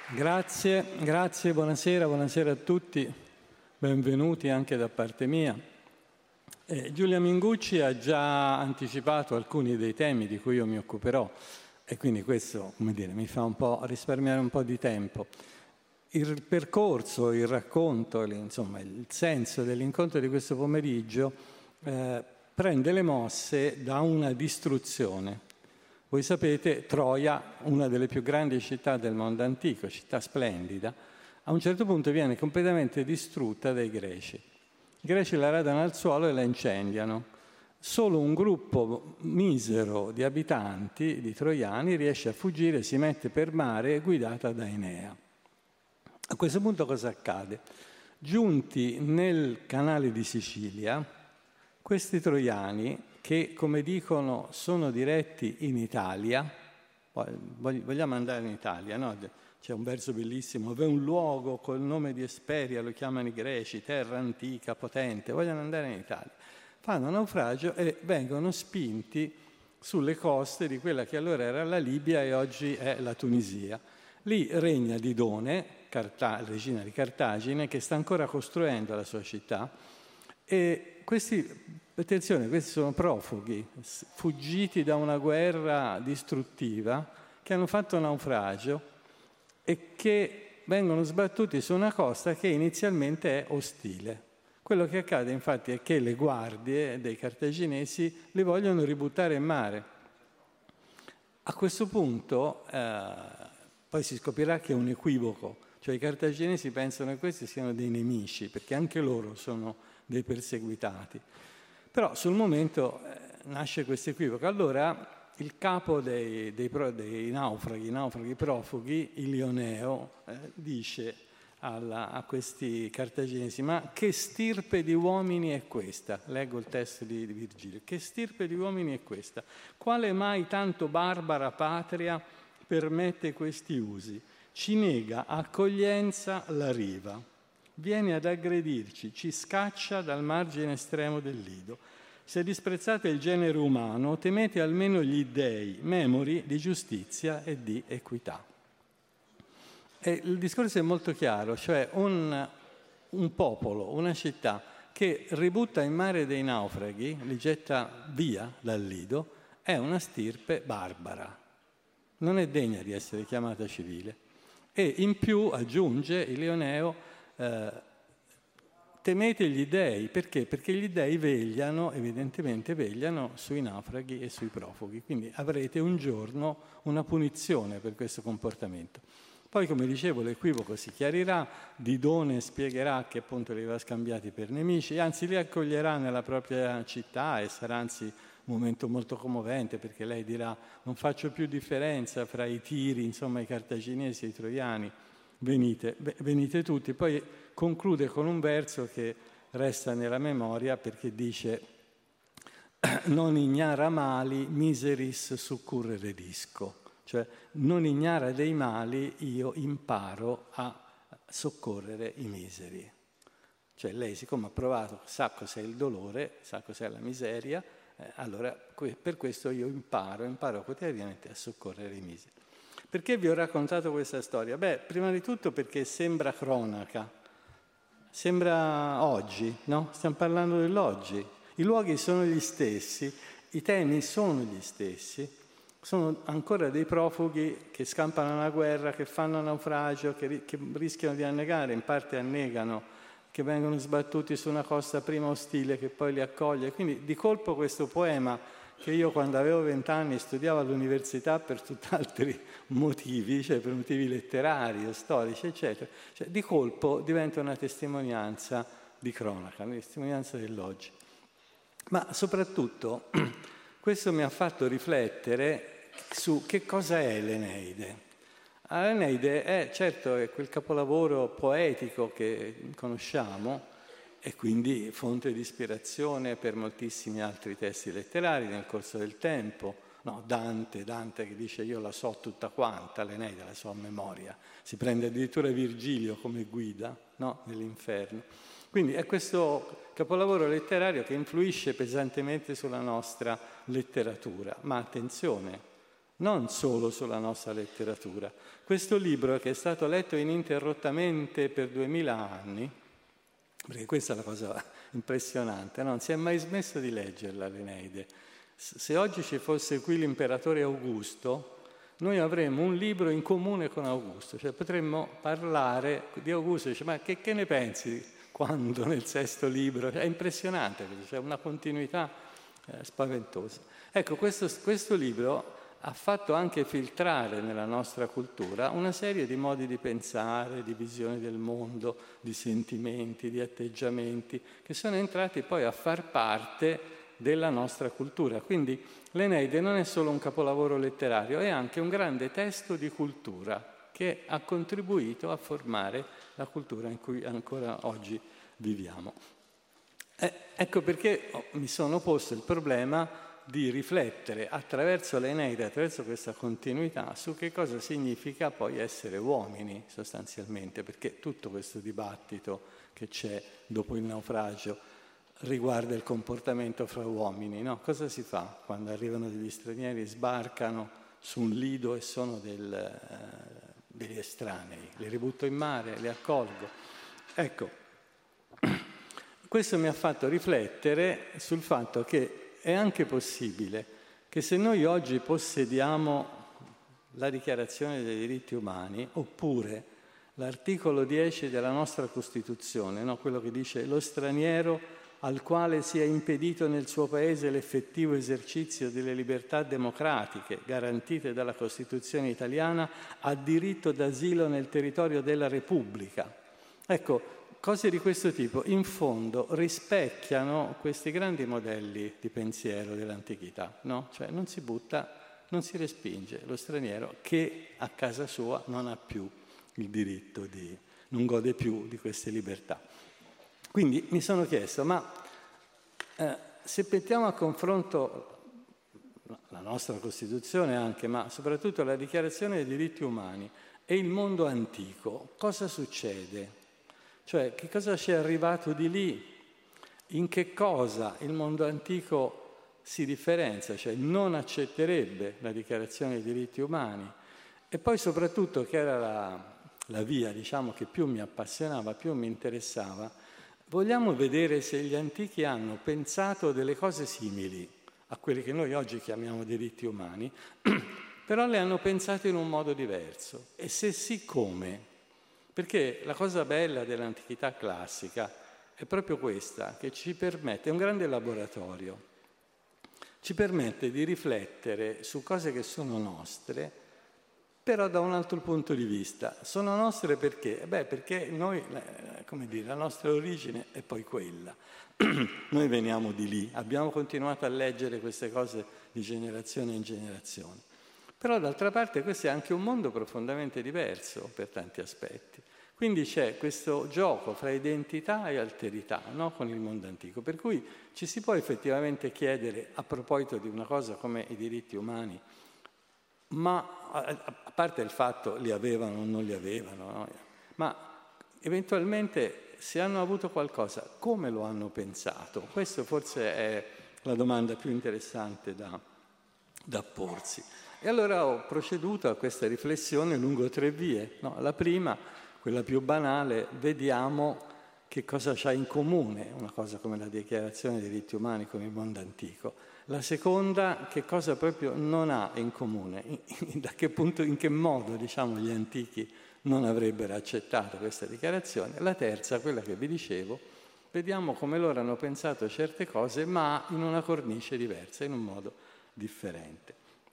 Grazie, buonasera a tutti, benvenuti anche da parte mia. Giulia Mingucci ha già anticipato alcuni dei temi di cui io mi occuperò e quindi questo, come dire, mi fa un po' risparmiare un po' di tempo. Il percorso, il racconto, insomma il senso dell'incontro di questo pomeriggio prende le mosse da una distruzione. Voi sapete, Troia, una delle più grandi città del mondo antico, città splendida, a un certo punto viene completamente distrutta dai greci. I greci la radano al suolo e la incendiano. Solo un gruppo misero di abitanti, di troiani, riesce a fuggire, si mette per mare guidata da Enea. A questo punto cosa accade? Giunti nel canale di Sicilia, questi troiani, che come dicono sono diretti in Italia, vogliamo andare in Italia, no? C'è un verso bellissimo, v'è un luogo col nome di Esperia, lo chiamano i greci, terra antica, potente, vogliono andare in Italia. Fanno naufragio e vengono spinti sulle coste di quella che allora era la Libia e oggi è la Tunisia. Lì regna Didone, regina di Cartagine, che sta ancora costruendo la sua città, e attenzione, questi sono profughi, fuggiti da una guerra distruttiva, che hanno fatto naufragio e che vengono sbattuti su una costa che inizialmente è ostile. Quello che accade infatti è che le guardie dei cartaginesi li vogliono ributtare in mare. A questo punto poi si scoprirà che è un equivoco, cioè i cartaginesi pensano che questi siano dei nemici, perché anche loro sono dei perseguitati. Però sul momento nasce questo equivoco. Allora il capo dei naufraghi profughi, Ilioneo, dice a questi cartaginesi: ma che stirpe di uomini è questa? Leggo il testo di Virgilio. Che stirpe di uomini è questa? Quale mai tanto barbara patria permette questi usi? Ci nega accoglienza la riva, viene ad aggredirci, ci scaccia dal margine estremo del Lido. Se disprezzate il genere umano, temete almeno gli dèi, memori di giustizia e di equità. E il discorso è molto chiaro, cioè un popolo, una città che ributta in mare dei naufraghi, li getta via dal Lido, è una stirpe barbara, non è degna di essere chiamata civile. E in più, aggiunge Ilioneo, temete gli dèi, perché? Perché gli dèi evidentemente vegliano sui naufraghi e sui profughi, quindi avrete un giorno una punizione per questo comportamento. Poi, come dicevo, l'equivoco si chiarirà, Didone spiegherà che appunto li aveva scambiati per nemici, anzi li accoglierà nella propria città e sarà anzi un momento molto commovente, perché lei dirà: non faccio più differenza fra i tiri, insomma i cartaginesi e i troiani, venite tutti. Poi conclude con un verso che resta nella memoria, perché dice: non ignara mali miseris succurrere disco, cioè non ignara dei mali, io imparo a soccorrere i miseri. Cioè lei, siccome ha provato, sa cos'è il dolore, sa cos'è la miseria, allora per questo io imparo quotidianamente a soccorrere i miseri. Perché vi ho raccontato questa storia? Beh, prima di tutto perché sembra cronaca, sembra oggi, no? Stiamo parlando dell'oggi. I luoghi sono gli stessi, i temi sono gli stessi, sono ancora dei profughi che scampano una guerra, che fanno naufragio, che rischiano di annegare, in parte annegano, che vengono sbattuti su una costa prima ostile che poi li accoglie. Quindi di colpo questo poema, che io quando avevo 20 anni studiavo all'università per tutt'altri motivi, cioè per motivi letterari o storici, eccetera, cioè di colpo diventa una testimonianza di cronaca, una testimonianza dell'oggi. Ma soprattutto questo mi ha fatto riflettere su che cosa è l'Eneide. L'Eneide è quel capolavoro poetico che conosciamo e quindi fonte di ispirazione per moltissimi altri testi letterari nel corso del tempo. No, Dante che dice: io la so tutta quanta, l'Eneide la so a memoria. Si prende addirittura Virgilio come guida, no, nell'inferno. Quindi è questo capolavoro letterario che influisce pesantemente sulla nostra letteratura. Ma attenzione, non solo sulla nostra letteratura. Questo libro, che è stato letto ininterrottamente per 2000 anni, perché questa è la cosa impressionante, non si è mai smesso di leggerla l'Eneide. Se oggi ci fosse qui l'imperatore Augusto, noi avremmo un libro in comune con Augusto, cioè potremmo parlare di Augusto, dice, ma che ne pensi quando nel sesto libro? È impressionante, c'è una continuità spaventosa. Ecco, questo libro ha fatto anche filtrare nella nostra cultura una serie di modi di pensare, di visione del mondo, di sentimenti, di atteggiamenti, che sono entrati poi a far parte della nostra cultura. Quindi l'Eneide non è solo un capolavoro letterario, è anche un grande testo di cultura che ha contribuito a formare la cultura in cui ancora oggi viviamo. Ecco perché mi sono posto il problema di riflettere attraverso l'Eneide, attraverso questa continuità, su che cosa significa poi essere uomini sostanzialmente, perché tutto questo dibattito che c'è dopo il naufragio riguarda il comportamento fra uomini, no? Cosa si fa quando arrivano degli stranieri, sbarcano su un lido e sono degli estranei? Li ributto in mare, li accolgo. Ecco, questo mi ha fatto riflettere sul fatto che è anche possibile che se noi oggi possediamo la Dichiarazione dei diritti umani oppure l'articolo 10 della nostra Costituzione, no? Quello che dice lo straniero al quale sia impedito nel suo paese l'effettivo esercizio delle libertà democratiche garantite dalla Costituzione italiana ha diritto d'asilo nel territorio della Repubblica. Ecco, cose di questo tipo, in fondo, rispecchiano questi grandi modelli di pensiero dell'antichità, no? Cioè non si butta, non si respinge lo straniero che a casa sua non ha più il diritto non gode più di queste libertà. Quindi mi sono chiesto, ma se mettiamo a confronto la nostra Costituzione anche, ma soprattutto la Dichiarazione dei diritti umani e il mondo antico, cosa succede? Cioè, che cosa ci è arrivato di lì? In che cosa il mondo antico si differenzia? Cioè, non accetterebbe la Dichiarazione dei diritti umani. E poi soprattutto, che era la via, diciamo, che più mi appassionava, più mi interessava, vogliamo vedere se gli antichi hanno pensato delle cose simili a quelle che noi oggi chiamiamo diritti umani, però le hanno pensate in un modo diverso. E se sì, come? Perché la cosa bella dell'antichità classica è proprio questa, che ci permette, è un grande laboratorio, ci permette di riflettere su cose che sono nostre, però da un altro punto di vista. Sono nostre perché? Perché noi, come dire, la nostra origine è poi quella. Noi veniamo di lì, abbiamo continuato a leggere queste cose di generazione in generazione. Però d'altra parte questo è anche un mondo profondamente diverso per tanti aspetti. Quindi c'è questo gioco fra identità e alterità, no? Con il mondo antico, per cui ci si può effettivamente chiedere, a proposito di una cosa come i diritti umani, ma a parte il fatto li avevano o non li avevano, no? Ma eventualmente se hanno avuto qualcosa, come lo hanno pensato? Questa forse è la domanda più interessante da porsi. E allora ho proceduto a questa riflessione lungo 3 vie. No? La prima, quella più banale, vediamo che cosa c'ha in comune una cosa come la Dichiarazione dei diritti umani con il mondo antico. La seconda, che cosa proprio non ha in comune, da che punto, in che modo, diciamo, gli antichi non avrebbero accettato questa dichiarazione. La terza, quella che vi dicevo, vediamo come loro hanno pensato certe cose, ma in una cornice diversa, in un modo differente.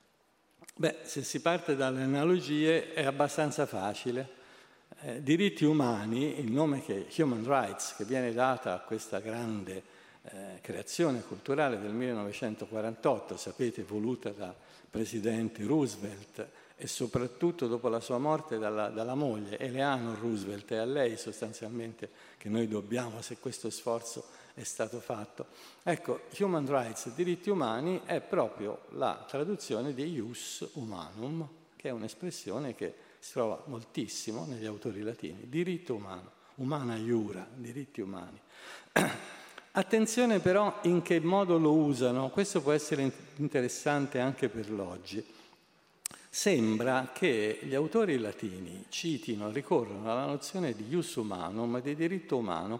Se si parte dalle analogie è abbastanza facile. Diritti umani, il nome che Human Rights, che viene data a questa grande creazione culturale del 1948, sapete, voluta dal presidente Roosevelt e soprattutto dopo la sua morte dalla moglie Eleanor Roosevelt, è a lei sostanzialmente che noi dobbiamo se questo sforzo è stato fatto. Ecco, Human Rights, diritti umani, è proprio la traduzione di Ius Humanum, che è un'espressione che si trova moltissimo negli autori latini. Diritto umano, humana iura, diritti umani. Attenzione però in che modo lo usano, questo può essere interessante anche per l'oggi. sembra che gli autori latini ricorrono alla nozione di ius humanum, di diritto umano,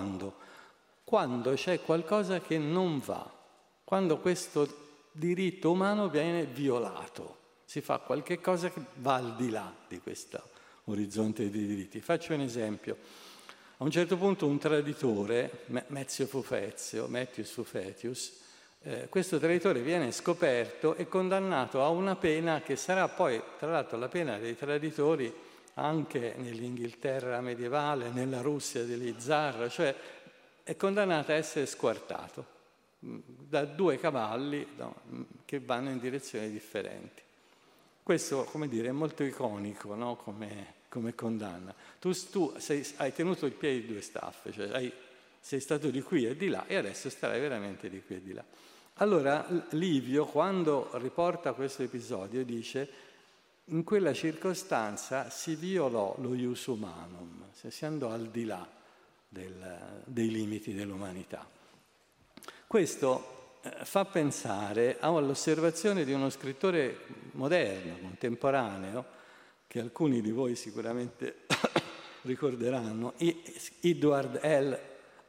quando c'è qualcosa che non va, quando questo diritto umano viene violato, si fa qualche cosa che va al di là di questo orizzonte di diritti. Faccio un esempio. A un certo punto un traditore, Metius Fufetius, questo traditore viene scoperto e condannato a una pena che sarà poi, tra l'altro, la pena dei traditori anche nell'Inghilterra medievale, nella Russia degli zar, cioè è condannato a essere squartato da 2 cavalli, no, che vanno in direzioni differenti. Questo, come dire, è molto iconico, no? come condanna. Tu hai tenuto il piede di 2 staffe, cioè sei stato di qui e di là e adesso starai veramente di qui e di là. Allora Livio, quando riporta questo episodio, dice: in quella circostanza si violò lo ius humanum, si andò al di là dei limiti dell'umanità. Questo fa pensare all'osservazione di uno scrittore moderno, contemporaneo, che alcuni di voi sicuramente ricorderanno, Edward L.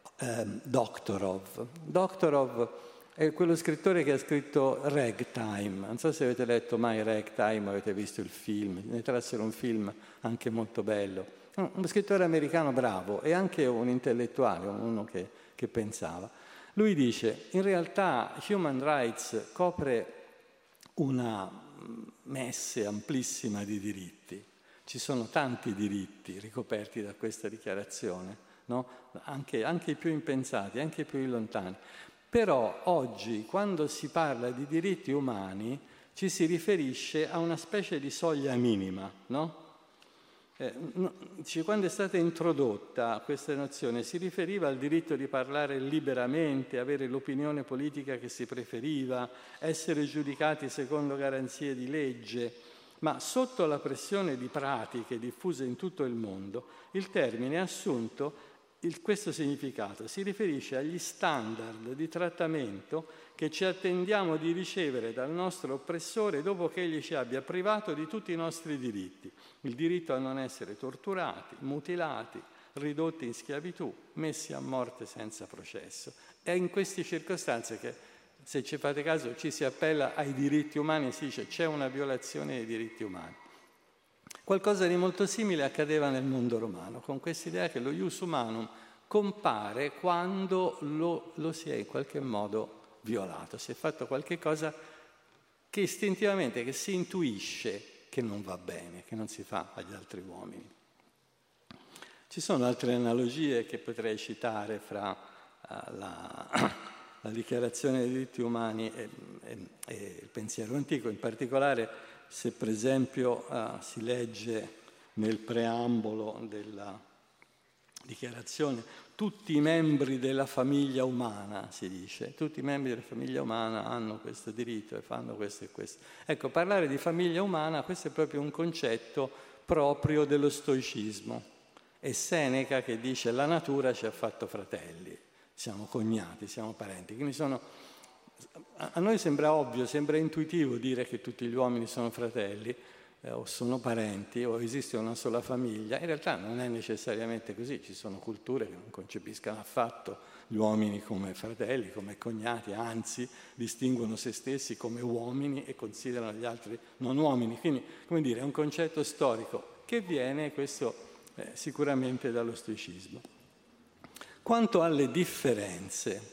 Doctorow. Doctorow è quello scrittore che ha scritto Ragtime. Non so se avete letto mai Ragtime, avete visto il film, ne trassero un film anche molto bello. Uno scrittore americano bravo e anche un intellettuale, uno che pensava. Lui dice: in realtà Human Rights copre una messe amplissima di diritti. Ci sono tanti diritti ricoperti da questa dichiarazione, no? Anche i più impensati, anche i più lontani. Però oggi, quando si parla di diritti umani, ci si riferisce a una specie di soglia minima, no? Quando è stata introdotta questa nozione si riferiva al diritto di parlare liberamente, avere l'opinione politica che si preferiva, essere giudicati secondo garanzie di legge, ma sotto la pressione di pratiche diffuse in tutto il mondo il termine ha assunto questo significato. Si riferisce agli standard di trattamento che ci attendiamo di ricevere dal nostro oppressore dopo che egli ci abbia privato di tutti i nostri diritti. Il diritto a non essere torturati, mutilati, ridotti in schiavitù, messi a morte senza processo. È in queste circostanze che, se ci fate caso, ci si appella ai diritti umani e si dice c'è una violazione dei diritti umani. Qualcosa di molto simile accadeva nel mondo romano, con questa idea che lo ius humanum compare quando lo si è in qualche modo violato, si è fatto qualche cosa che istintivamente, che si intuisce che non va bene, che non si fa agli altri uomini. Ci sono altre analogie che potrei citare fra la dichiarazione dei diritti umani e il pensiero antico, in particolare se per esempio si legge nel preambolo della dichiarazione tutti i membri della famiglia umana, si dice, tutti i membri della famiglia umana hanno questo diritto e fanno questo e questo. Ecco, parlare di famiglia umana, questo è proprio un concetto proprio dello stoicismo. È Seneca che dice la natura ci ha fatto fratelli, siamo cognati, siamo parenti, quindi a noi sembra ovvio, sembra intuitivo dire che tutti gli uomini sono fratelli o sono parenti o esiste una sola famiglia. In realtà non è necessariamente così, ci sono culture che non concepiscono affatto gli uomini come fratelli, come cognati, anzi distinguono se stessi come uomini e considerano gli altri non uomini. Quindi, come dire, è un concetto storico che viene, questo sicuramente, dallo stoicismo. Quanto alle differenze,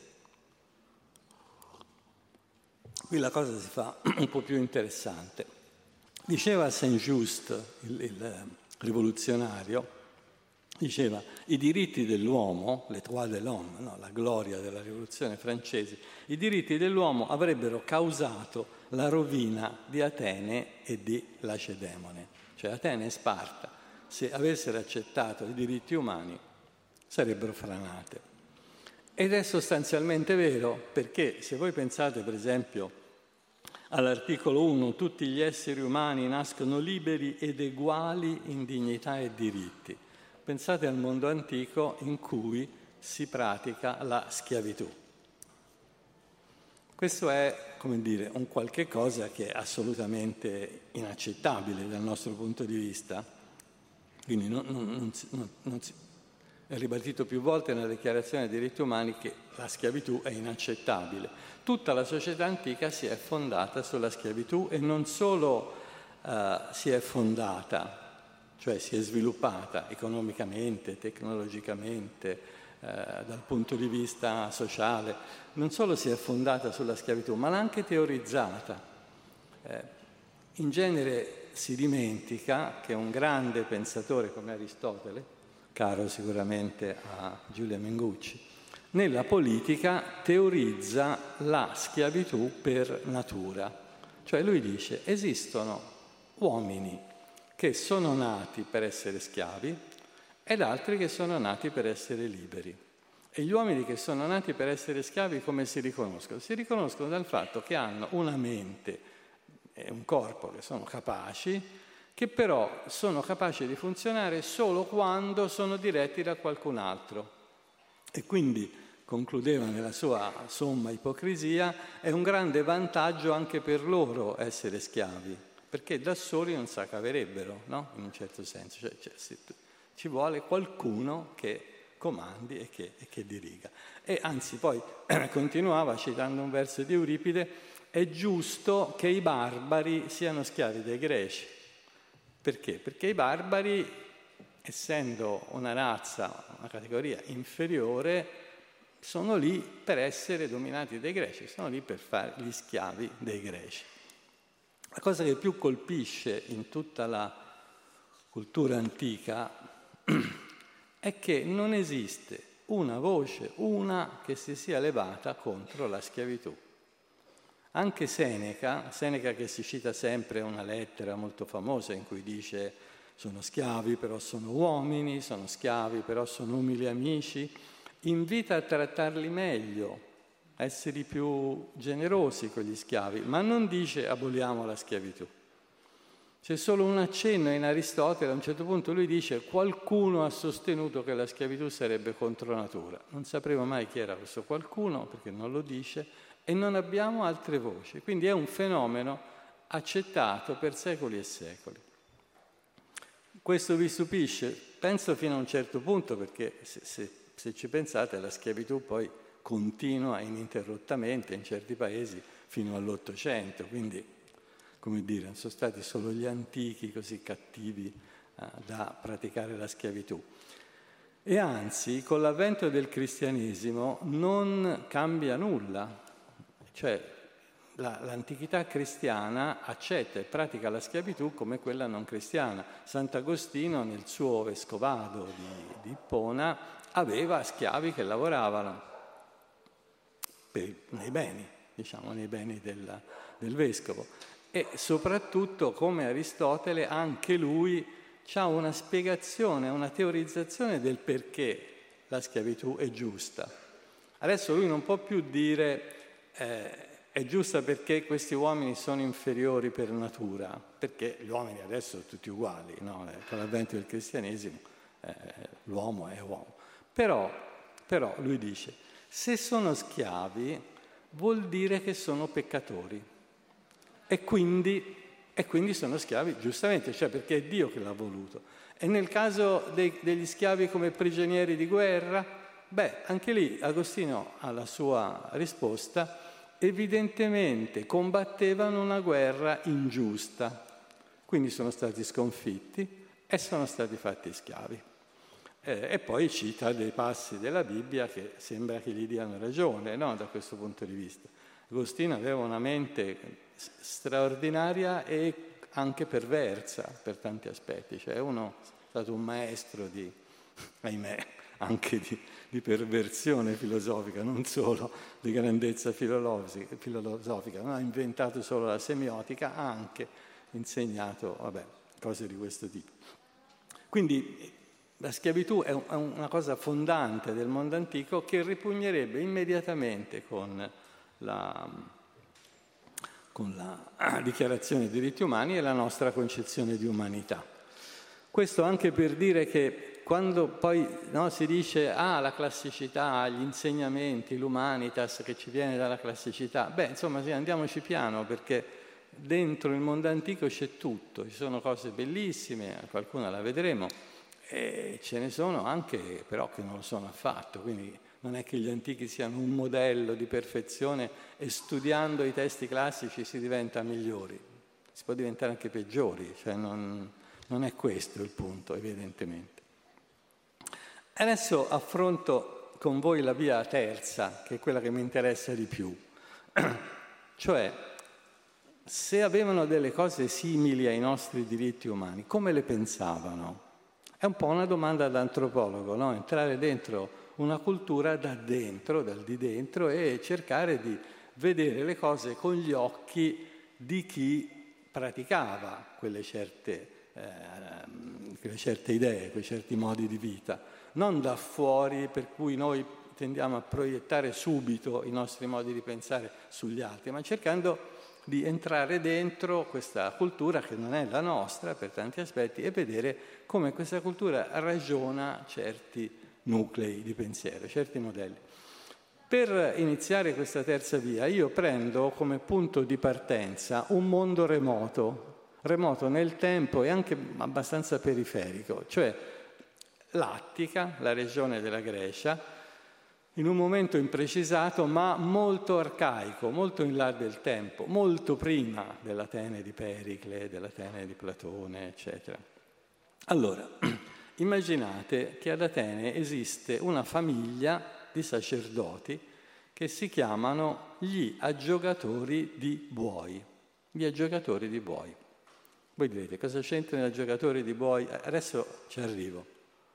qui la cosa si fa un po' più interessante. Diceva Saint-Just, il rivoluzionario, diceva i diritti dell'uomo, les droits de l'homme, no, la gloria della rivoluzione francese, i diritti dell'uomo avrebbero causato la rovina di Atene e di Lacedemone. Cioè Atene e Sparta, se avessero accettato i diritti umani, sarebbero franate. Ed è sostanzialmente vero, perché se voi pensate per esempio all'articolo 1, tutti gli esseri umani nascono liberi ed eguali in dignità e diritti. Pensate al mondo antico in cui si pratica la schiavitù. Questo è, come dire, un qualche cosa che è assolutamente inaccettabile dal nostro punto di vista. Quindi è ribadito più volte nella Dichiarazione dei diritti umani che la schiavitù è inaccettabile. Tutta la società antica si è fondata sulla schiavitù e non solo si è fondata, cioè si è sviluppata economicamente, tecnologicamente, dal punto di vista sociale, non solo si è fondata sulla schiavitù, ma l'ha anche teorizzata. In genere si dimentica che un grande pensatore come Aristotele, caro sicuramente a Giulia Mengucci, nella politica teorizza la schiavitù per natura. Cioè lui dice: esistono uomini che sono nati per essere schiavi ed altri che sono nati per essere liberi. E gli uomini che sono nati per essere schiavi come si riconoscono? Si riconoscono dal fatto che hanno una mente e un corpo che sono capaci, che però sono capaci di funzionare solo quando sono diretti da qualcun altro. E quindi, concludeva nella sua somma ipocrisia, è un grande vantaggio anche per loro essere schiavi, perché da soli non si caverebbero, no? In un certo senso. Cioè, ci vuole qualcuno che comandi e che diriga. E anzi poi continuava citando un verso di Euripide: è giusto che i barbari siano schiavi dei greci. Perché? Perché i barbari, essendo una razza, una categoria inferiore, sono lì per essere dominati dai greci, sono lì per fare gli schiavi dei greci. La cosa che più colpisce in tutta la cultura antica è che non esiste una voce, una che si sia levata contro la schiavitù. Anche Seneca che si cita sempre una lettera molto famosa in cui dice: sono schiavi però sono uomini, sono schiavi però sono umili amici, invita a trattarli meglio, a essere più generosi con gli schiavi, ma non dice aboliamo la schiavitù. C'è solo un accenno in Aristotele, a un certo punto lui dice: qualcuno ha sostenuto che la schiavitù sarebbe contro natura. Non sapremo mai chi era questo qualcuno, perché non lo dice, e non abbiamo altre voci. Quindi è un fenomeno accettato per secoli e secoli. Questo vi stupisce? Penso fino a un certo punto, perché se ci pensate la schiavitù poi continua ininterrottamente in certi paesi fino all'Ottocento, quindi, come dire, non sono stati solo gli antichi così cattivi da praticare la schiavitù. E anzi, con l'avvento del cristianesimo non cambia nulla. Cioè, l'antichità cristiana accetta e pratica la schiavitù come quella non cristiana. Sant'Agostino, nel suo vescovado di Ippona, aveva schiavi che lavoravano nei beni, diciamo, nei beni del vescovo. E soprattutto, come Aristotele, anche lui ha una spiegazione, una teorizzazione del perché la schiavitù è giusta. Adesso lui non può più dire è giusta perché questi uomini sono inferiori per natura, perché gli uomini adesso sono tutti uguali, no? Con l'avvento del cristianesimo l'uomo è uomo. Però lui dice: se sono schiavi vuol dire che sono peccatori. E quindi sono schiavi, giustamente, cioè perché è Dio che l'ha voluto. E nel caso degli schiavi come prigionieri di guerra, anche lì Agostino ha la sua risposta: evidentemente combattevano una guerra ingiusta, quindi sono stati sconfitti e sono stati fatti schiavi. E poi cita dei passi della Bibbia che sembra che gli diano ragione, no? Da questo punto di vista. Agostino aveva una mente straordinaria e anche perversa per tanti aspetti, cioè è stato un maestro ahimè, anche di perversione filosofica, non solo di grandezza filosofica, non ha inventato solo la semiotica, ha anche insegnato cose di questo tipo. Quindi la schiavitù è una cosa fondante del mondo antico che ripugnerebbe immediatamente con la Dichiarazione dei diritti umani e la nostra concezione di umanità. Questo anche per dire che quando poi si dice la classicità, gli insegnamenti, l'humanitas che ci viene dalla classicità, insomma sì, andiamoci piano, perché dentro il mondo antico c'è tutto, ci sono cose bellissime, qualcuna la vedremo, e ce ne sono anche però che non lo sono affatto, quindi non è che gli antichi siano un modello di perfezione e studiando i testi classici si diventa migliori, si può diventare anche peggiori, cioè non è questo il punto, evidentemente. Adesso affronto con voi la via terza, che è quella che mi interessa di più, cioè se avevano delle cose simili ai nostri diritti umani, come le pensavano? È un po' una domanda da antropologo, no? Entrare dentro una cultura da dentro, dal di dentro, e cercare di vedere le cose con gli occhi di chi praticava quelle certe idee, quei certi modi di vita, non da fuori, per cui noi tendiamo a proiettare subito i nostri modi di pensare sugli altri, ma cercando di entrare dentro questa cultura che non è la nostra per tanti aspetti e vedere come questa cultura ragiona certi nuclei di pensiero, certi modelli. Per iniziare questa terza via io prendo come punto di partenza un mondo remoto nel tempo e anche abbastanza periferico, cioè l'Attica, la regione della Grecia, in un momento imprecisato ma molto arcaico, molto in là del tempo, molto prima dell'Atene di Pericle, dell'Atene di Platone, eccetera. Allora, immaginate che ad Atene esiste una famiglia di sacerdoti che si chiamano gli aggiogatori di buoi. Gli aggiogatori di buoi. Voi direte, cosa c'entrano gli aggiogatori di buoi? Adesso ci arrivo.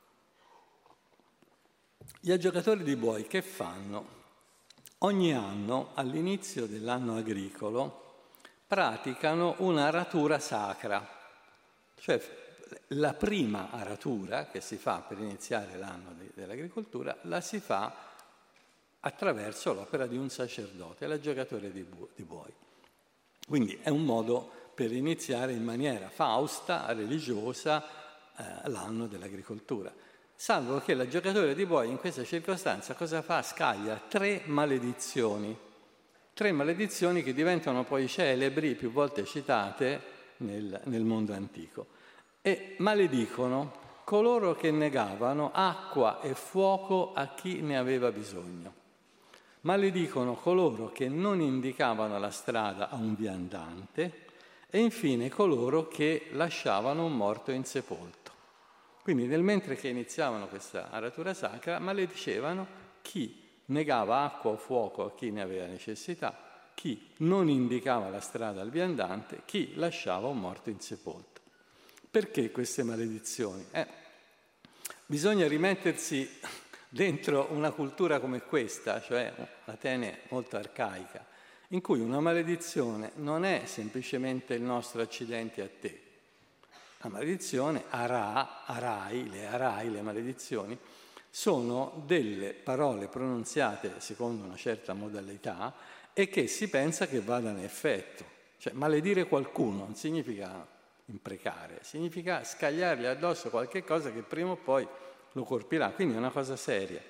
Gli aggiogatori di buoi che fanno? Ogni anno, all'inizio dell'anno agricolo, praticano una aratura sacra, cioè la prima aratura che si fa per iniziare l'anno dell'agricoltura la si fa attraverso l'opera di un sacerdote, l'aggiocatore di buoi. Quindi è un modo per iniziare in maniera fausta, religiosa, l'anno dell'agricoltura. Salvo che l'aggiocatore di buoi in questa circostanza cosa fa? Scaglia 3 maledizioni. 3 maledizioni che diventano poi celebri, più volte citate nel mondo antico. E maledicono coloro che negavano acqua e fuoco a chi ne aveva bisogno. Maledicono coloro che non indicavano la strada a un viandante e infine coloro che lasciavano un morto insepolto. Quindi nel mentre che iniziavano questa aratura sacra, maledicevano chi negava acqua o fuoco a chi ne aveva necessità, chi non indicava la strada al viandante, chi lasciava un morto insepolto. Perché queste maledizioni? Bisogna rimettersi dentro una cultura come questa, cioè Atene molto arcaica, in cui una maledizione non è semplicemente il nostro accidenti a te. La maledizione, arai, le maledizioni, sono delle parole pronunziate secondo una certa modalità e che si pensa che vadano a effetto. Cioè maledire qualcuno non significa imprecare, significa scagliargli addosso qualche cosa che prima o poi lo colpirà, quindi è una cosa seria.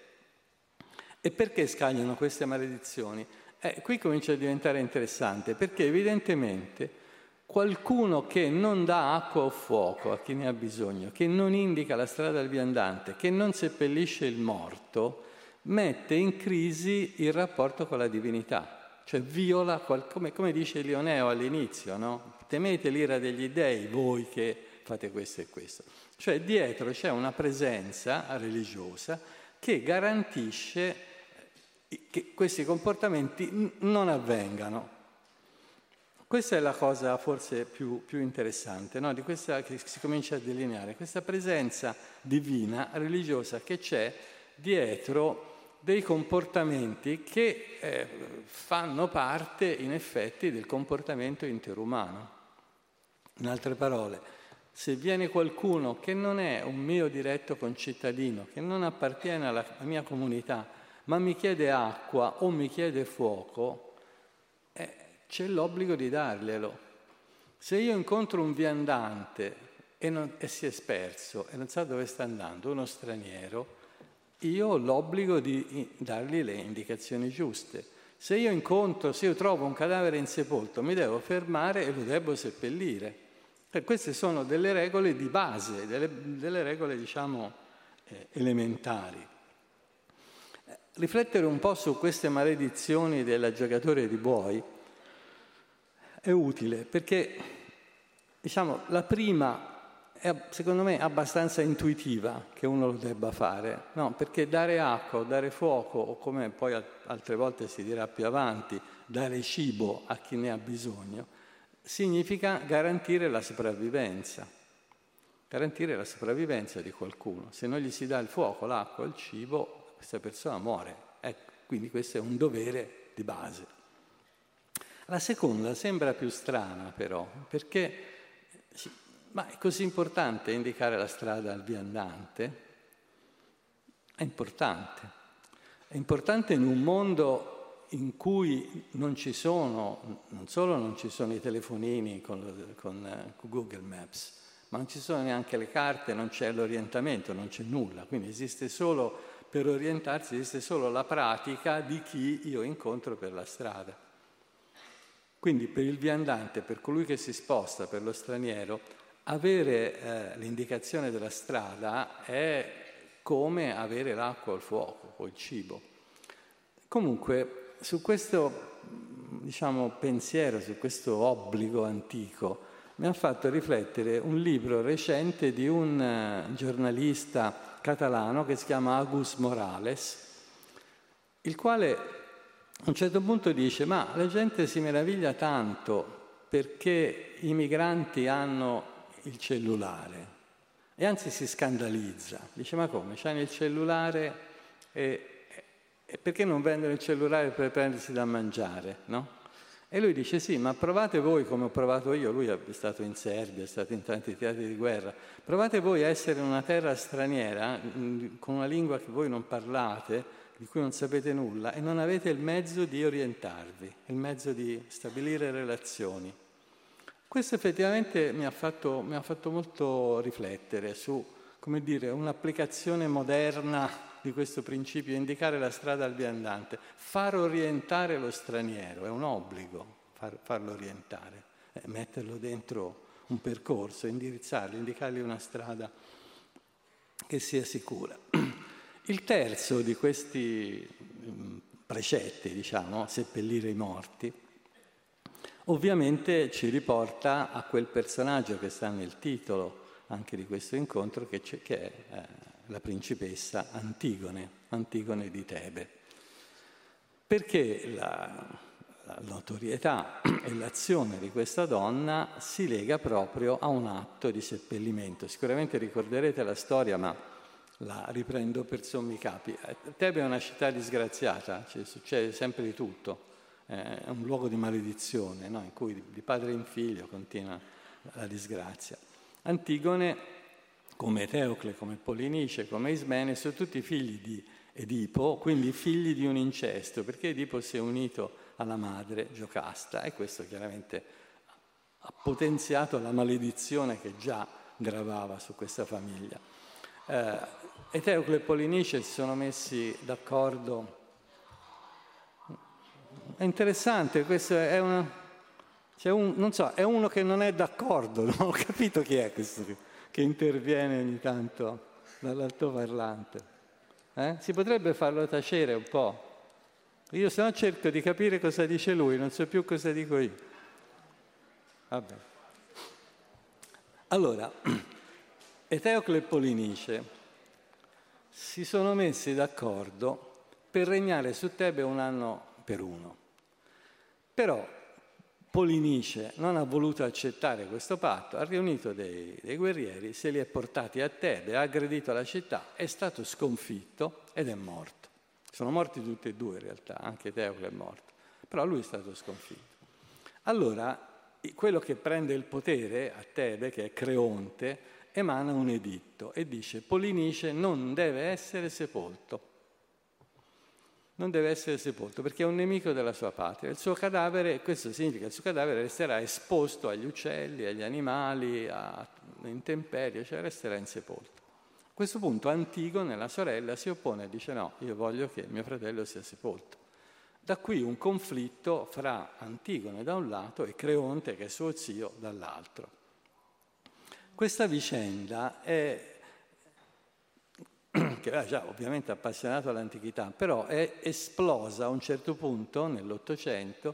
E perché scagliano queste maledizioni? Qui comincia a diventare interessante, perché evidentemente qualcuno che non dà acqua o fuoco a chi ne ha bisogno, che non indica la strada al viandante, che non seppellisce il morto, mette in crisi il rapporto con la divinità, cioè viola, come dice Lioneo all'inizio, no? Temete l'ira degli dèi voi che fate questo e questo. Cioè dietro c'è una presenza religiosa che garantisce che questi comportamenti non avvengano. Questa è la cosa forse più interessante, no? Di questa che si comincia a delineare, questa presenza divina, religiosa, che c'è dietro dei comportamenti che fanno parte, in effetti, del comportamento interumano. In altre parole, se viene qualcuno che non è un mio diretto concittadino, che non appartiene alla mia comunità, ma mi chiede acqua o mi chiede fuoco, c'è l'obbligo di darglielo. Se io incontro un viandante e si è sperso e non sa dove sta andando, uno straniero, io ho l'obbligo di dargli le indicazioni giuste. Se io trovo un cadavere insepolto, mi devo fermare e lo devo seppellire. Queste sono delle regole di base, delle regole, diciamo, elementari. Riflettere un po' su queste maledizioni del giocatore di buoi è utile perché, diciamo, la prima è, secondo me, abbastanza intuitiva che uno lo debba fare, no? Perché dare acqua o dare fuoco, o come poi altre volte si dirà più avanti, dare cibo a chi ne ha bisogno, significa garantire la sopravvivenza di qualcuno. Se non gli si dà il fuoco, l'acqua, il cibo, questa persona muore. Ecco, quindi questo è un dovere di base. La seconda sembra più strana però, perché ma è così importante indicare la strada al viandante? È importante. È importante in un mondo in cui non solo non ci sono i telefonini con Google Maps, ma non ci sono neanche le carte, non c'è l'orientamento, non c'è nulla. Quindi per orientarsi esiste solo la pratica di chi io incontro per la strada. Quindi per il viandante, per colui che si sposta, per lo straniero, avere l'indicazione della strada è come avere l'acqua o il fuoco o il cibo. Comunque, su questo, diciamo, pensiero, su questo obbligo antico, mi ha fatto riflettere un libro recente di un giornalista catalano che si chiama Agus Morales, il quale a un certo punto dice: ma la gente si meraviglia tanto perché i migranti hanno il cellulare e anzi si scandalizza, dice: ma come, c'hanno il cellulare e perché non vendono il cellulare per prendersi da mangiare, no? E lui dice: sì, ma provate voi come ho provato io, lui è stato in Serbia, è stato in tanti teatri di guerra, provate voi a essere in una terra straniera con una lingua che voi non parlate, di cui non sapete nulla e non avete il mezzo di orientarvi, il mezzo di stabilire relazioni. Questo effettivamente mi ha fatto molto riflettere su, come dire, un'applicazione moderna di questo principio, indicare la strada al viandante, far orientare lo straniero, è un obbligo farlo orientare, metterlo dentro un percorso, indirizzarlo, indicargli una strada che sia sicura. Il terzo di questi precetti, diciamo, seppellire i morti, ovviamente ci riporta a quel personaggio che sta nel titolo anche di questo incontro, che è la principessa Antigone di Tebe. Perché la notorietà e l'azione di questa donna si lega proprio a un atto di seppellimento. Sicuramente ricorderete la storia, ma la riprendo per sommi capi. Tebe è una città disgraziata, ci succede sempre di tutto. È un luogo di maledizione, no? In cui di padre in figlio continua la disgrazia. Antigone, come Eteocle, come Polinice, come Ismene, sono tutti figli di Edipo, quindi figli di un incesto, perché Edipo si è unito alla madre Giocasta e questo chiaramente ha potenziato la maledizione che già gravava su questa famiglia. Eteocle e Polinice si sono messi d'accordo. È interessante, questo è è uno che non è d'accordo, non ho capito chi è questo che interviene ogni tanto dall'altoparlante. Si potrebbe farlo tacere un po'. Io se no cerco di capire cosa dice lui, non so più cosa dico io. Vabbè. Allora, Eteocle e Polinice si sono messi d'accordo per regnare su Tebe un anno per uno. Però Polinice non ha voluto accettare questo patto, ha riunito dei guerrieri, se li è portati a Tebe, ha aggredito la città, è stato sconfitto ed è morto. Sono morti tutti e due in realtà, anche Eteocle è morto, però lui è stato sconfitto. Allora, quello che prende il potere a Tebe, che è Creonte, emana un editto e dice: Polinice non deve essere sepolto. Non deve essere sepolto perché è un nemico della sua patria. Il suo cadavere, questo significa che il suo cadavere resterà esposto agli uccelli, agli animali, intemperie, cioè resterà insepolto. A questo punto Antigone, la sorella, si oppone e dice no, io voglio che mio fratello sia sepolto. Da qui un conflitto fra Antigone da un lato e Creonte, che è suo zio, dall'altro. Questa vicenda è, che era già ovviamente appassionato all'antichità, però è esplosa a un certo punto nell'Ottocento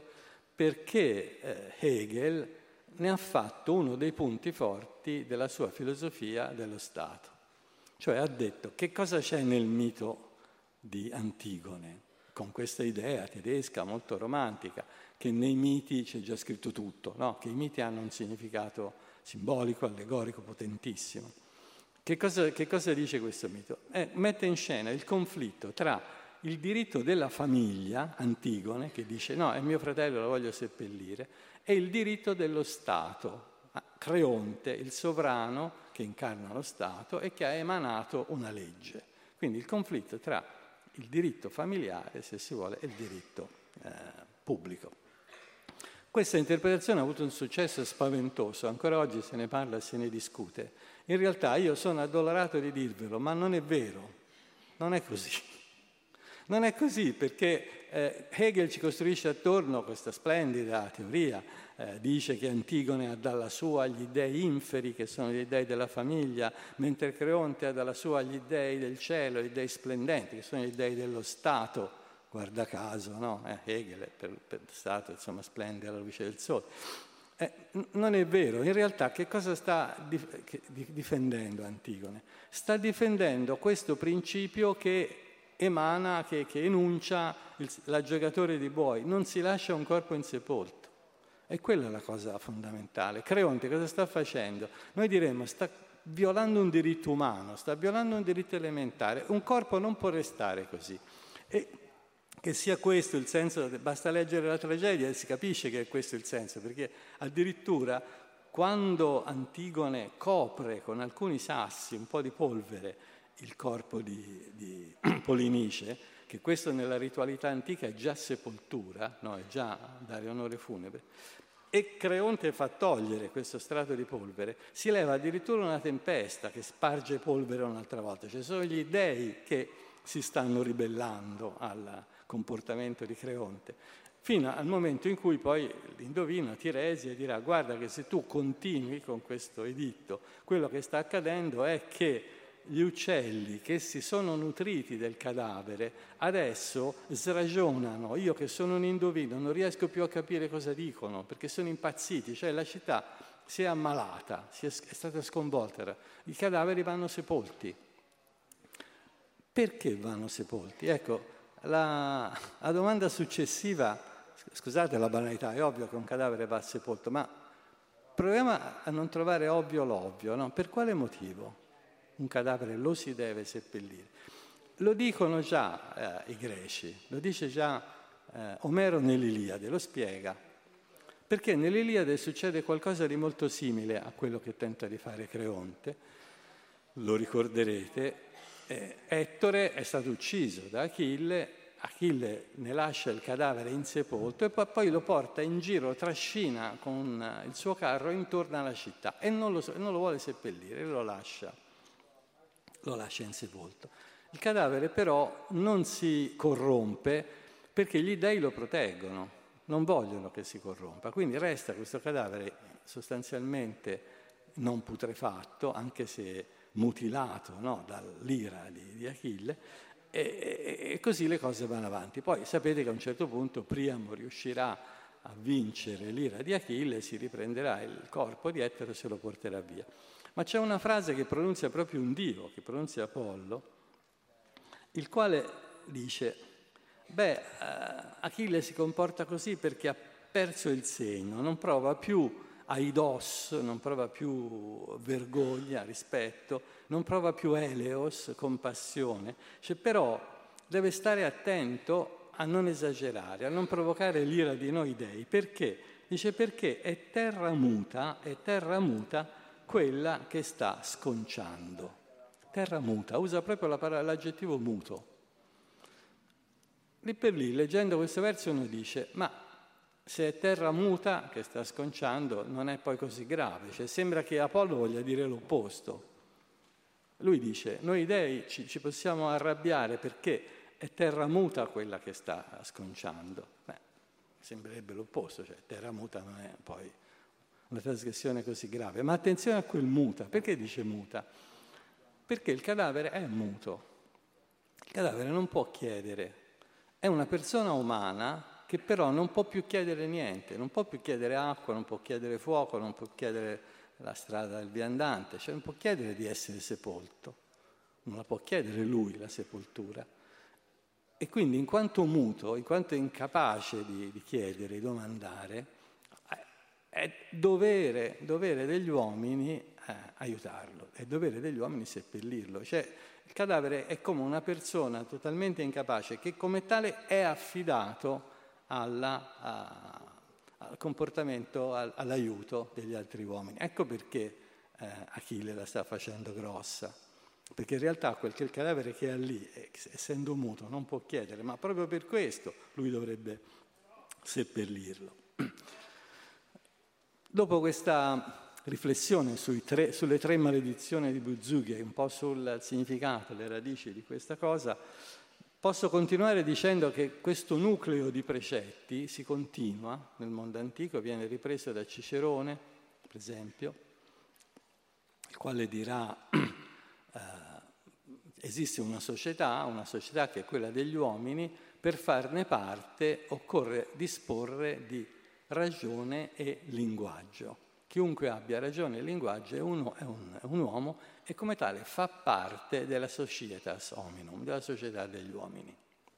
perché Hegel ne ha fatto uno dei punti forti della sua filosofia dello Stato. Cioè ha detto che cosa c'è nel mito di Antigone, con questa idea tedesca molto romantica, che nei miti c'è già scritto tutto, no? Che i miti hanno un significato simbolico, allegorico, potentissimo. Che cosa dice questo mito? Mette in scena il conflitto tra il diritto della famiglia, Antigone, che dice no, è mio fratello, lo voglio seppellire, e il diritto dello Stato, Creonte, il sovrano che incarna lo Stato e che ha emanato una legge. Quindi il conflitto tra il diritto familiare, se si vuole, e il diritto pubblico. Questa interpretazione ha avuto un successo spaventoso, ancora oggi se ne parla e se ne discute. In realtà io sono addolorato di dirvelo, ma non è vero, non è così. Non è così perché Hegel ci costruisce attorno questa splendida teoria, dice che Antigone ha dalla sua gli dei inferi, che sono gli dei della famiglia, mentre Creonte ha dalla sua gli dei del cielo, gli dei splendenti, che sono gli dei dello Stato. Guarda caso, no? Hegel per Stato, insomma, splende alla luce del sole. Non è vero, in realtà che cosa sta difendendo Antigone? Sta difendendo questo principio che emana, che enuncia la giocatore di buoi, non si lascia un corpo insepolto. E quella è la cosa fondamentale. Creonte cosa sta facendo? Noi diremmo, sta violando un diritto umano, sta violando un diritto elementare. Un corpo non può restare così. E che sia questo il senso, basta leggere la tragedia e si capisce che è questo il senso, perché addirittura quando Antigone copre con alcuni sassi, un po' di polvere, il corpo di Polinice, che questo nella ritualità antica è già sepoltura, no? È già dare onore funebre, e Creonte fa togliere questo strato di polvere, si leva addirittura una tempesta che sparge polvere un'altra volta. Cioè sono gli dei che si stanno ribellando al comportamento di Creonte, fino al momento in cui poi l'indovina Tiresia dirà guarda che se tu continui con questo editto, quello che sta accadendo è che gli uccelli che si sono nutriti del cadavere adesso sragionano, io che sono un indovino non riesco più a capire cosa dicono perché sono impazziti, cioè la città si è ammalata, è stata sconvolta, i cadaveri vanno sepolti. Perché vanno sepolti? Ecco, la domanda successiva, scusate la banalità, è ovvio che un cadavere va sepolto, ma proviamo a non trovare ovvio l'ovvio, no? Per quale motivo un cadavere lo si deve seppellire? Lo dicono già i greci, lo dice già Omero nell'Iliade, lo spiega, perché nell'Iliade succede qualcosa di molto simile a quello che tenta di fare Creonte, lo ricorderete. Ettore è stato ucciso da Achille ne lascia il cadavere insepolto e poi lo porta in giro, trascina con il suo carro intorno alla città e non lo vuole seppellire, lo lascia insepolto. Il cadavere però non si corrompe perché gli dei lo proteggono, non vogliono che si corrompa, quindi resta questo cadavere sostanzialmente non putrefatto, anche se mutilato, no, dall'ira di Achille, e così le cose vanno avanti. Poi sapete che a un certo punto Priamo riuscirà a vincere l'ira di Achille, si riprenderà il corpo di Ettore e se lo porterà via. Ma c'è una frase che pronuncia proprio un dio, che pronuncia Apollo, il quale dice, Achille si comporta così perché ha perso il segno, non prova più aidos, non prova più vergogna, rispetto, non prova più eleos, compassione, però deve stare attento a non esagerare, a non provocare l'ira di noi dei. Perché? Dice perché è terra muta quella che sta sconciando. Terra muta, usa proprio l'aggettivo muto. Lì per lì, leggendo questo verso, uno dice, ma se è terra muta che sta sconciando non è poi così grave, cioè sembra che Apollo voglia dire l'opposto. Lui dice, noi dei ci possiamo arrabbiare perché è terra muta quella che sta sconciando. Sembrerebbe l'opposto, cioè terra muta non è poi una trasgressione così grave. Ma attenzione a quel muta, perché dice muta? Perché il cadavere è muto, il cadavere non può chiedere, è una persona umana che però non può più chiedere niente, non può più chiedere acqua, non può chiedere fuoco, non può chiedere la strada del viandante, cioè non può chiedere di essere sepolto, non la può chiedere lui la sepoltura. E quindi in quanto muto, in quanto incapace di chiedere, di domandare, è dovere degli uomini aiutarlo, è dovere degli uomini seppellirlo. Cioè il cadavere è come una persona totalmente incapace che come tale è affidato al comportamento, all'aiuto degli altri uomini. Ecco perché Achille la sta facendo grossa, perché in realtà quel che il cadavere che ha lì, essendo muto, non può chiedere, ma proprio per questo lui dovrebbe seppellirlo. Dopo questa riflessione sulle tre maledizioni di Buzuki, un po' sul significato, le radici di questa cosa, posso continuare dicendo che questo nucleo di precetti si continua nel mondo antico, viene ripreso da Cicerone, per esempio, il quale dirà esiste una società che è quella degli uomini, per farne parte occorre disporre di ragione e linguaggio. Chiunque abbia ragione e linguaggio è un uomo e come tale fa parte della societas hominum, della società degli uomini.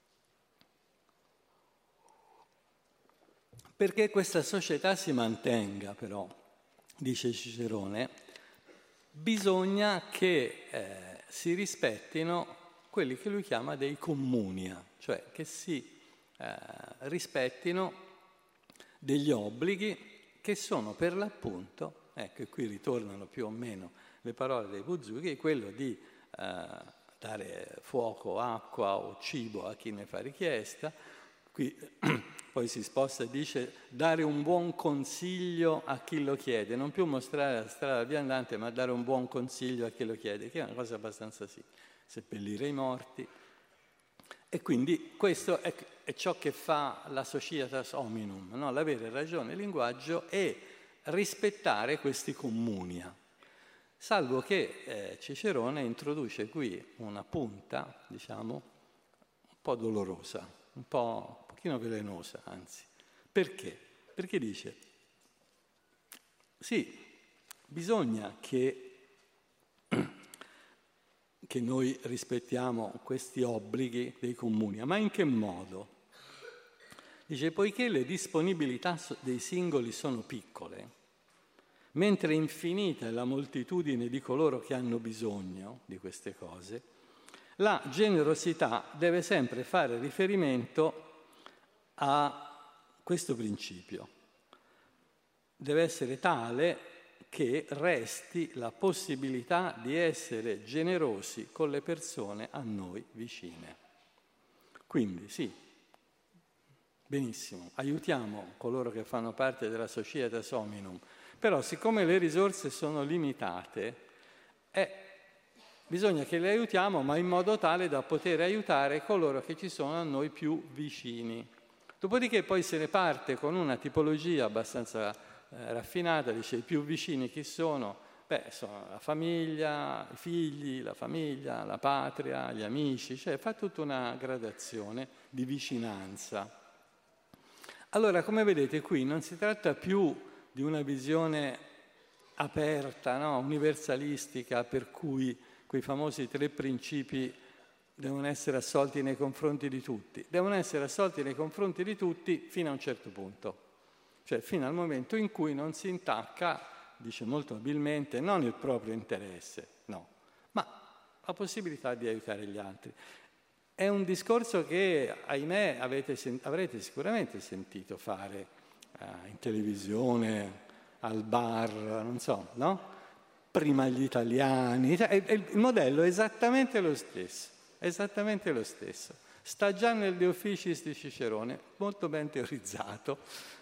Perché questa società si mantenga, però, dice Cicerone, bisogna che si rispettino quelli che lui chiama dei communia, cioè che si rispettino degli obblighi che sono per l'appunto, ecco, e qui ritornano più o meno le parole dei Buzuki, quello di dare fuoco, acqua o cibo a chi ne fa richiesta. Qui poi si sposta e dice dare un buon consiglio a chi lo chiede, non più mostrare la strada al viandante, ma dare un buon consiglio a chi lo chiede, che è una cosa abbastanza seppellire i morti. E quindi questo è ciò che fa la societas hominum, no? L'avere ragione, linguaggio e rispettare questi communia. Salvo che Cicerone introduce qui una punta, diciamo, un po' dolorosa, un pochino velenosa, anzi. Perché? Perché dice, sì, bisogna che noi rispettiamo questi obblighi dei comuni, ma in che modo? Dice, poiché le disponibilità dei singoli sono piccole, mentre infinita è la moltitudine di coloro che hanno bisogno di queste cose, la generosità deve sempre fare riferimento a questo principio. Deve essere tale che resti la possibilità di essere generosi con le persone a noi vicine. Quindi sì, benissimo, aiutiamo coloro che fanno parte della societas hominum, però siccome le risorse sono limitate, bisogna che le aiutiamo, ma in modo tale da poter aiutare coloro che ci sono a noi più vicini. Dopodiché poi se ne parte con una tipologia abbastanza raffinata, dice i più vicini chi sono? Sono la famiglia, i figli, la famiglia, la patria, gli amici, cioè fa tutta una gradazione di vicinanza. Allora, come vedete qui non si tratta più di una visione aperta, no? Universalistica, per cui quei famosi 3 principi devono essere assolti nei confronti di tutti. Devono essere assolti nei confronti di tutti fino a un certo punto. Cioè fino al momento in cui non si intacca, dice molto abilmente, non il proprio interesse, no, ma la possibilità di aiutare gli altri. È un discorso che, ahimè, avrete sicuramente sentito fare in televisione, al bar, non so, no? Prima gli italiani, il modello è esattamente lo stesso, esattamente lo stesso. Sta già nel De Officiis di Cicerone, molto ben teorizzato.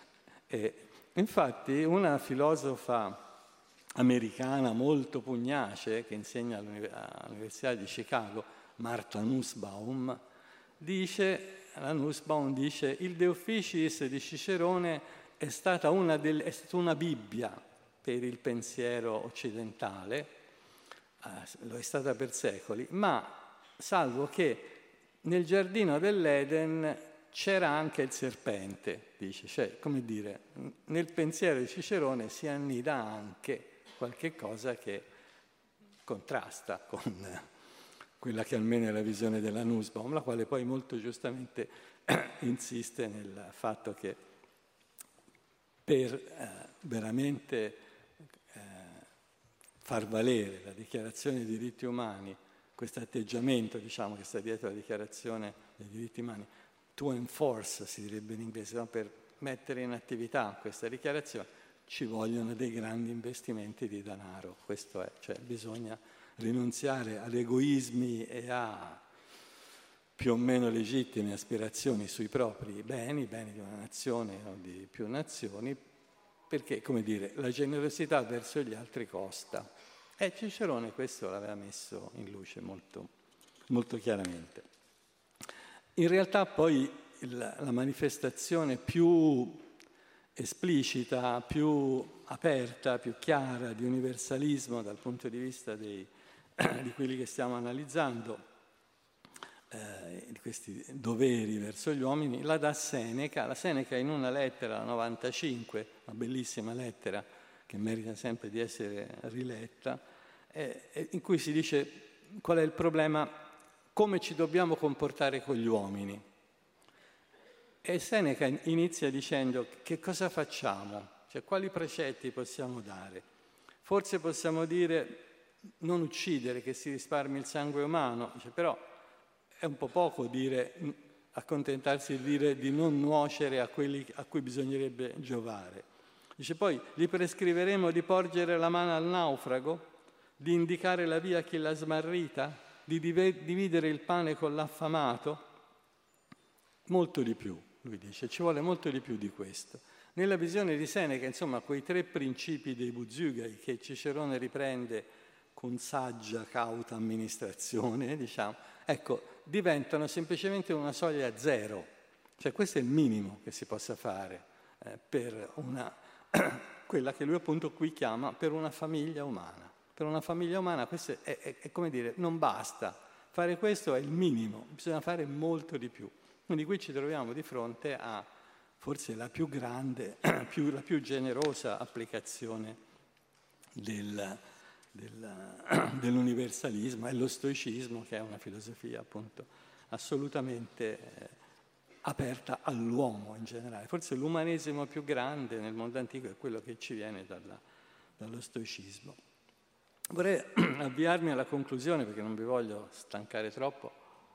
E infatti una filosofa americana molto pugnace, che insegna all'Università di Chicago, Martha Nussbaum, dice il De Officiis di Cicerone è stata una Bibbia per il pensiero occidentale, lo è stata per secoli, ma salvo che nel giardino dell'Eden c'era anche il serpente, dice, cioè, come dire, nel pensiero di Cicerone si annida anche qualche cosa che contrasta con quella che almeno è la visione della Nussbaum, la quale poi molto giustamente insiste nel fatto che per veramente far valere la dichiarazione dei diritti umani, questo atteggiamento, diciamo, che sta dietro la dichiarazione dei diritti umani, to enforce si direbbe in inglese, no? Per mettere in attività questa dichiarazione ci vogliono dei grandi investimenti di denaro, questo è, cioè bisogna rinunziare ad egoismi e a più o meno legittime aspirazioni sui propri beni di una nazione o di più nazioni, perché, come dire, la generosità verso gli altri costa. E Cicerone questo l'aveva messo in luce molto, molto chiaramente. In realtà poi la manifestazione più esplicita, più aperta, più chiara di universalismo dal punto di vista di quelli che stiamo analizzando, di questi doveri verso gli uomini, la dà Seneca. La Seneca in una lettera, la 95, una bellissima lettera che merita sempre di essere riletta, in cui si dice qual è il problema, come ci dobbiamo comportare con gli uomini. E Seneca inizia dicendo che cosa facciamo, cioè quali precetti possiamo dare. Forse possiamo dire non uccidere, che si risparmi il sangue umano, dice, però è un po' poco dire, accontentarsi di dire di non nuocere a quelli a cui bisognerebbe giovare. Dice poi, gli prescriveremo di porgere la mano al naufrago, di indicare la via a chi l'ha smarrita, di dividere il pane con l'affamato. Molto di più, lui dice, ci vuole molto di più di questo. Nella visione di Seneca, insomma, quei 3 principi dei Buzugai che Cicerone riprende con saggia, cauta amministrazione, diciamo, ecco, diventano semplicemente una soglia zero. Cioè questo è il minimo che si possa fare per quella che lui appunto qui chiama per una famiglia umana. Per una famiglia umana questo è come dire, non basta. Fare questo è il minimo, bisogna fare molto di più. Quindi qui ci troviamo di fronte a forse la più grande, la più generosa applicazione dell'universalismo, è lo stoicismo, che è una filosofia appunto assolutamente aperta all'uomo in generale. Forse l'umanesimo più grande nel mondo antico è quello che ci viene dallo stoicismo. Vorrei avviarmi alla conclusione perché non vi voglio stancare troppo,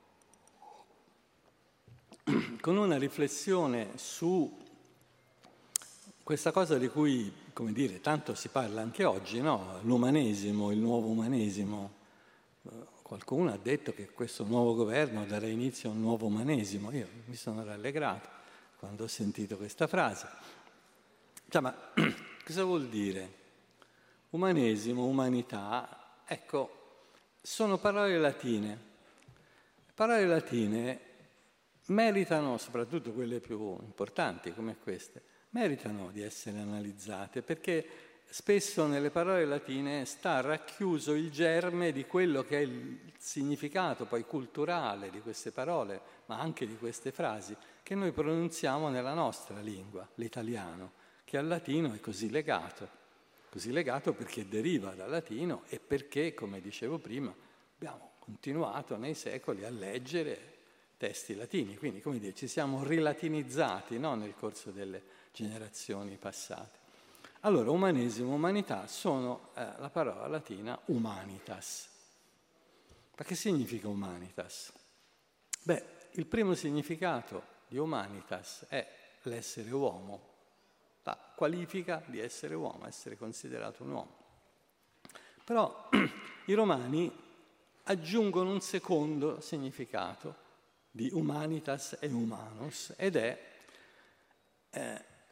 con una riflessione su questa cosa di cui, come dire, tanto si parla anche oggi, no? L'umanesimo, il nuovo umanesimo. Qualcuno ha detto che questo nuovo governo darà inizio a un nuovo umanesimo. Io mi sono rallegrato quando ho sentito questa frase. Cioè, ma cosa vuol dire? Umanesimo, umanità, ecco, sono parole latine. Parole latine meritano, soprattutto quelle più importanti come queste, meritano di essere analizzate perché spesso nelle parole latine sta racchiuso il germe di quello che è il significato poi culturale di queste parole, ma anche di queste frasi, che noi pronunziamo nella nostra lingua, l'italiano, che al latino è così legato perché deriva dal latino e perché, come dicevo prima, abbiamo continuato nei secoli a leggere testi latini, quindi come dire, ci siamo rilatinizzati, no, nel corso delle generazioni passate. Allora, umanesimo, umanità sono la parola latina humanitas. Ma che significa humanitas? Beh, il primo significato di humanitas è l'essere uomo, la qualifica di essere uomo, essere considerato un uomo. Però i romani aggiungono un secondo significato di humanitas e humanus, ed è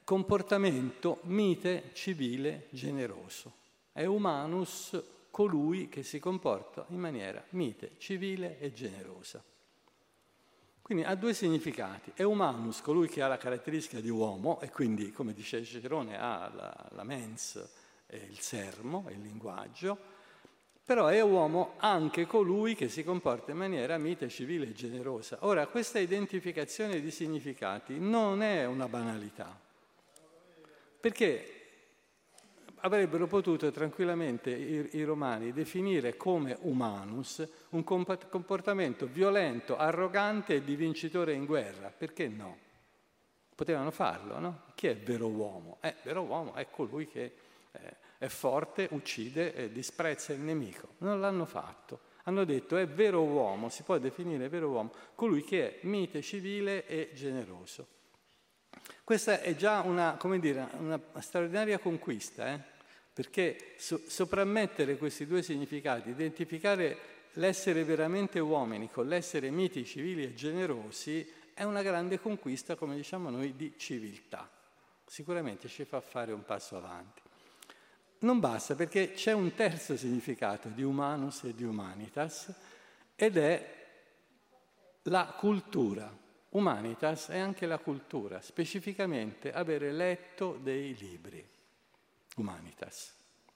comportamento mite, civile, generoso. È humanus colui che si comporta in maniera mite, civile e generosa. Quindi ha due significati. È humanus colui che ha la caratteristica di uomo e quindi, come dice Cicerone, ha la mens e il sermo, il linguaggio, però è uomo anche colui che si comporta in maniera mite, civile e generosa. Ora, questa identificazione di significati non è una banalità, perché avrebbero potuto tranquillamente i romani definire come humanus un comportamento violento, arrogante e di vincitore in guerra. Perché no? Potevano farlo, no? Chi è vero uomo? Vero uomo è colui che è forte, uccide e disprezza il nemico. Non l'hanno fatto. Hanno detto è vero uomo, si può definire vero uomo, colui che è mite, civile e generoso. Questa è già una straordinaria conquista, perché sopravmettere questi due significati, identificare l'essere veramente uomini con l'essere miti, civili e generosi, è una grande conquista, come diciamo noi, di civiltà. Sicuramente ci fa fare un passo avanti. Non basta, perché c'è un terzo significato di humanus e di humanitas, ed è la cultura. Humanitas è anche la cultura, specificamente avere letto dei libri. Humanitas.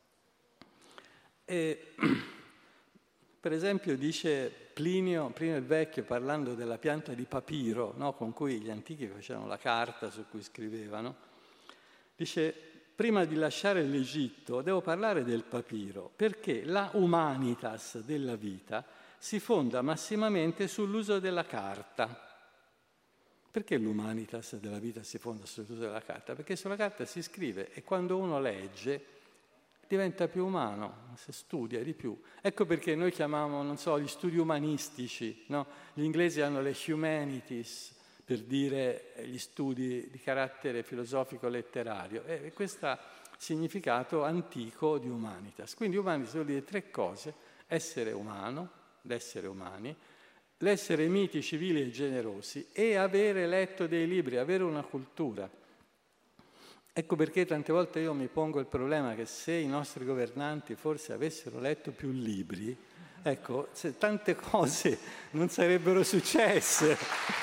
E, per esempio dice Plinio il Vecchio, parlando della pianta di papiro, no, con cui gli antichi facevano la carta su cui scrivevano, dice: prima di lasciare l'Egitto devo parlare del papiro, perché la humanitas della vita si fonda massimamente sull'uso della carta. Perché l'humanitas della vita si fonda sull'uso della carta? Perché sulla carta si scrive e quando uno legge diventa più umano, si studia di più. Ecco perché noi chiamiamo, non so, gli studi umanistici, no? Gli inglesi hanno le humanities, per dire gli studi di carattere filosofico-letterario. E questo significato antico di humanitas. Quindi humanitas vuol dire tre cose: essere umano, l'essere umani, l'essere miti, civili e generosi e avere letto dei libri, avere una cultura. Ecco perché tante volte io mi pongo il problema che se i nostri governanti forse avessero letto più libri, ecco, se tante cose non sarebbero successe.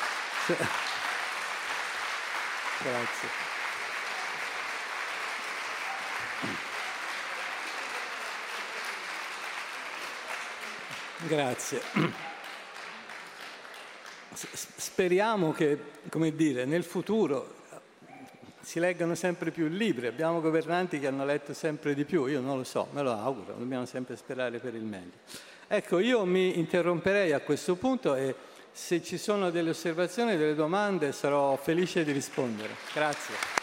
Grazie. Grazie. Speriamo che, come dire, nel futuro si leggano sempre più libri. Abbiamo governanti che hanno letto sempre di più, io non lo so, me lo auguro, dobbiamo sempre sperare per il meglio. Ecco, io mi interromperei a questo punto e se ci sono delle osservazioni, delle domande, sarò felice di rispondere. Grazie.